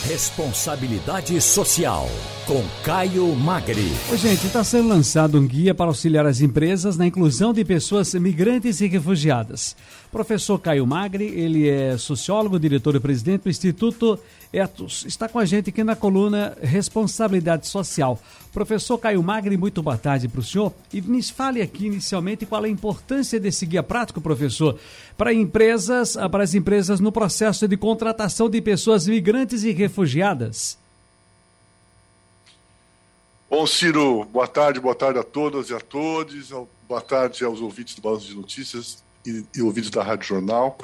Responsabilidade Social, com Caio Magri. Oi, gente, está sendo lançado um guia para auxiliar as empresas na inclusão de pessoas migrantes e refugiadas. Professor Caio Magri, ele é sociólogo, diretor e presidente do Instituto Etos. Está com a gente aqui na coluna Responsabilidade Social. Professor Caio Magri, muito boa tarde para o senhor. E nos fale aqui inicialmente qual a importância desse guia prático, professor, para as empresas no processo de contratação de pessoas migrantes e refugiadas. Bom, Ciro, boa tarde a todas e a todos. Boa tarde aos ouvintes do Balanço de Notícias e ouvintes da Rádio Jornal.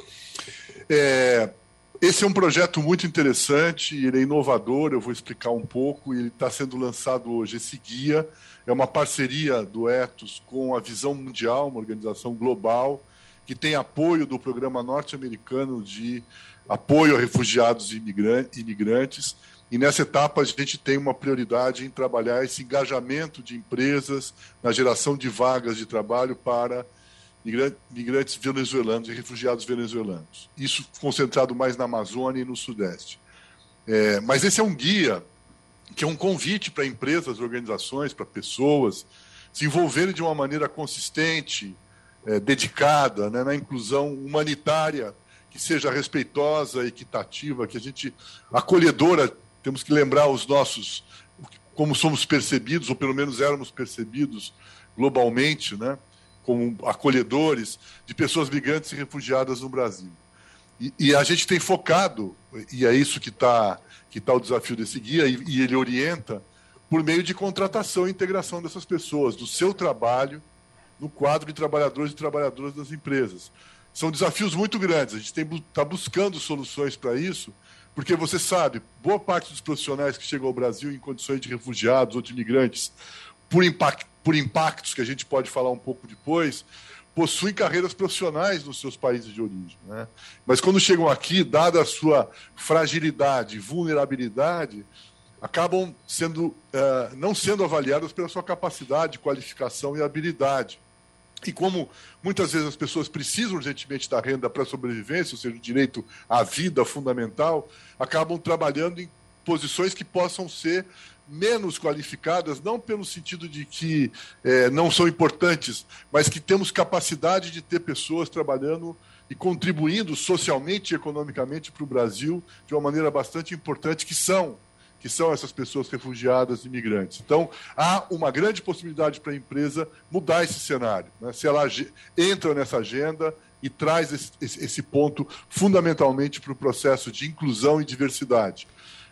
Esse é um projeto muito interessante, ele é inovador, eu vou explicar um pouco, ele está sendo lançado hoje. Esse guia é uma parceria do Etos com a Visão Mundial, uma organização global, que tem apoio do Programa Norte-Americano de Apoio a Refugiados e Imigrantes, e nessa etapa a gente tem uma prioridade em trabalhar esse engajamento de empresas na geração de vagas de trabalho para migrantes venezuelanos e refugiados venezuelanos. Isso concentrado mais na Amazônia e no Sudeste. Mas esse é um guia que é um convite para empresas, organizações, para pessoas se envolverem de uma maneira consistente, dedicada, né, na inclusão humanitária, que seja respeitosa, equitativa, que a gente, acolhedora. Temos que lembrar os nossos, como somos percebidos, ou pelo menos éramos percebidos globalmente, né, como acolhedores de pessoas migrantes e refugiadas no Brasil. E a gente tem focado, e é isso que tá o desafio desse guia, e ele orienta, por meio de contratação e integração dessas pessoas, do seu trabalho, no quadro de trabalhadores e trabalhadoras das empresas. São desafios muito grandes, a gente está buscando soluções para isso, porque você sabe, boa parte dos profissionais que chegam ao Brasil em condições de refugiados ou de imigrantes, por impactos que a gente pode falar um pouco depois, possuem carreiras profissionais nos seus países de origem, né? Mas quando chegam aqui, dada a sua fragilidade e vulnerabilidade, acabam não sendo avaliadas pela sua capacidade, qualificação e habilidade. E como muitas vezes as pessoas precisam urgentemente da renda para a sobrevivência, ou seja, o direito à vida fundamental, acabam trabalhando em posições que possam ser menos qualificadas, não pelo sentido de que não são importantes, mas que temos capacidade de ter pessoas trabalhando e contribuindo socialmente e economicamente para o Brasil de uma maneira bastante importante, que são essas pessoas refugiadas e imigrantes. Então, há uma grande possibilidade para a empresa mudar esse cenário, né? Se ela entra nessa agenda e traz esse ponto fundamentalmente para o processo de inclusão e diversidade.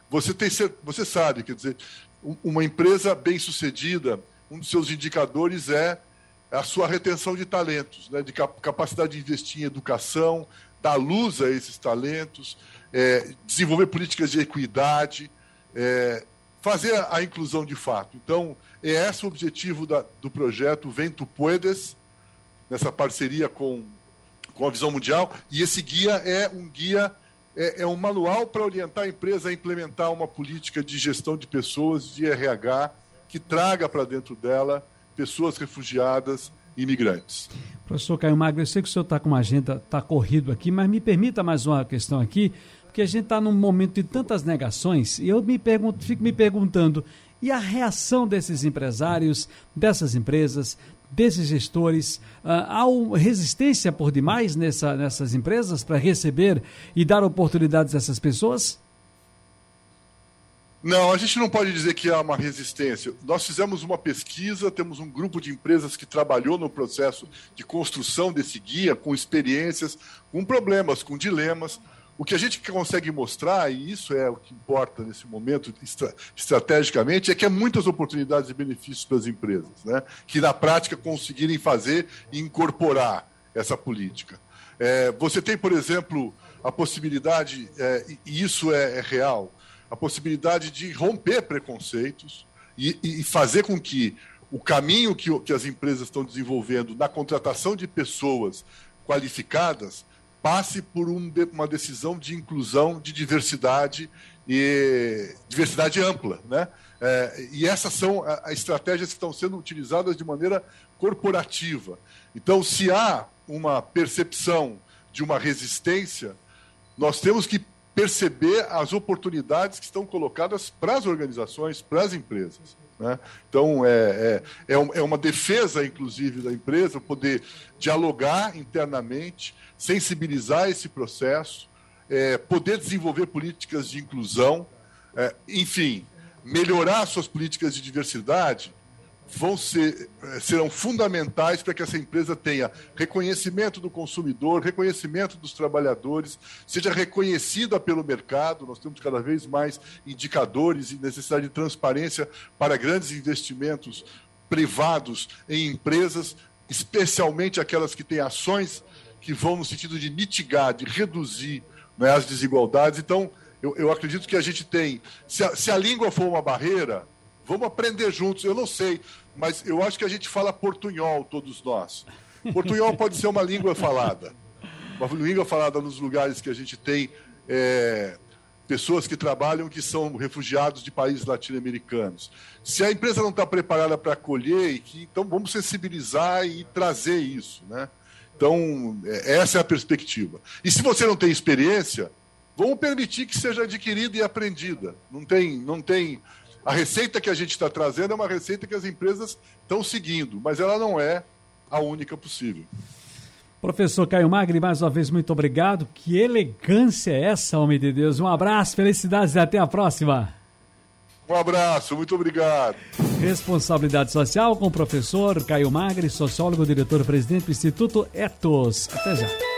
Você sabe, quer dizer, uma empresa bem-sucedida, um dos seus indicadores é a sua retenção de talentos, né? De capacidade de investir em educação, dar luz a esses talentos, desenvolver políticas de equidade, fazer a inclusão de fato. Então, é esse o objetivo do projeto Vento Puedes, nessa parceria com a Visão Mundial, e esse guia é um manual para orientar a empresa a implementar uma política de gestão de pessoas, de RH, que traga para dentro dela pessoas refugiadas e imigrantes. Professor Caio Magri, eu sei que o senhor está com uma agenda, está corrido aqui, mas me permita mais uma questão aqui, porque a gente está num momento de tantas negações, e eu fico me perguntando, e a reação desses empresários, dessas empresas, desses gestores? Há resistência por demais nessas empresas para receber e dar oportunidades a essas pessoas? Não, a gente não pode dizer que há uma resistência. Nós fizemos uma pesquisa, temos um grupo de empresas que trabalhou no processo de construção desse guia, com experiências, com problemas, com dilemas. O que a gente consegue mostrar, e isso é o que importa nesse momento estrategicamente, é que há muitas oportunidades e benefícios para as empresas, né? Que na prática conseguirem fazer e incorporar essa política. Você tem, por exemplo, a possibilidade, e isso é real, a possibilidade de romper preconceitos e fazer com que o caminho que as empresas estão desenvolvendo na contratação de pessoas qualificadas passe por uma decisão de inclusão, de diversidade e diversidade ampla, né? E essas são as estratégias que estão sendo utilizadas de maneira corporativa. Então, se há uma percepção de uma resistência, nós temos que perceber as oportunidades que estão colocadas para as organizações, para as empresas, né? Então, é uma defesa, inclusive, da empresa, poder dialogar internamente, sensibilizar esse processo, poder desenvolver políticas de inclusão, enfim, melhorar suas políticas de diversidade, serão fundamentais para que essa empresa tenha reconhecimento do consumidor, reconhecimento dos trabalhadores, seja reconhecida pelo mercado. Nós temos cada vez mais indicadores e necessidade de transparência para grandes investimentos privados em empresas, especialmente aquelas que têm ações que vão no sentido de mitigar, de reduzir, né, as desigualdades. Então, eu acredito que a gente tem... Se a língua for uma barreira, vamos aprender juntos. Eu não sei, mas eu acho que a gente fala portunhol, todos nós. Portunhol pode ser uma língua falada nos lugares que a gente tem pessoas que trabalham que são refugiados de países latino-americanos. Se a empresa não está preparada para acolher, então vamos sensibilizar e trazer isso, né? Então, essa é a perspectiva. E se você não tem experiência, vamos permitir que seja adquirida e aprendida. Não tem... A receita que a gente está trazendo é uma receita que as empresas estão seguindo, mas ela não é a única possível. Professor Caio Magri, mais uma vez, muito obrigado. Que elegância é essa, homem de Deus. Um abraço, felicidades e até a próxima. Um abraço, muito obrigado. Responsabilidade social com o professor Caio Magri, sociólogo, diretor-presidente do Instituto Ethos. Até já.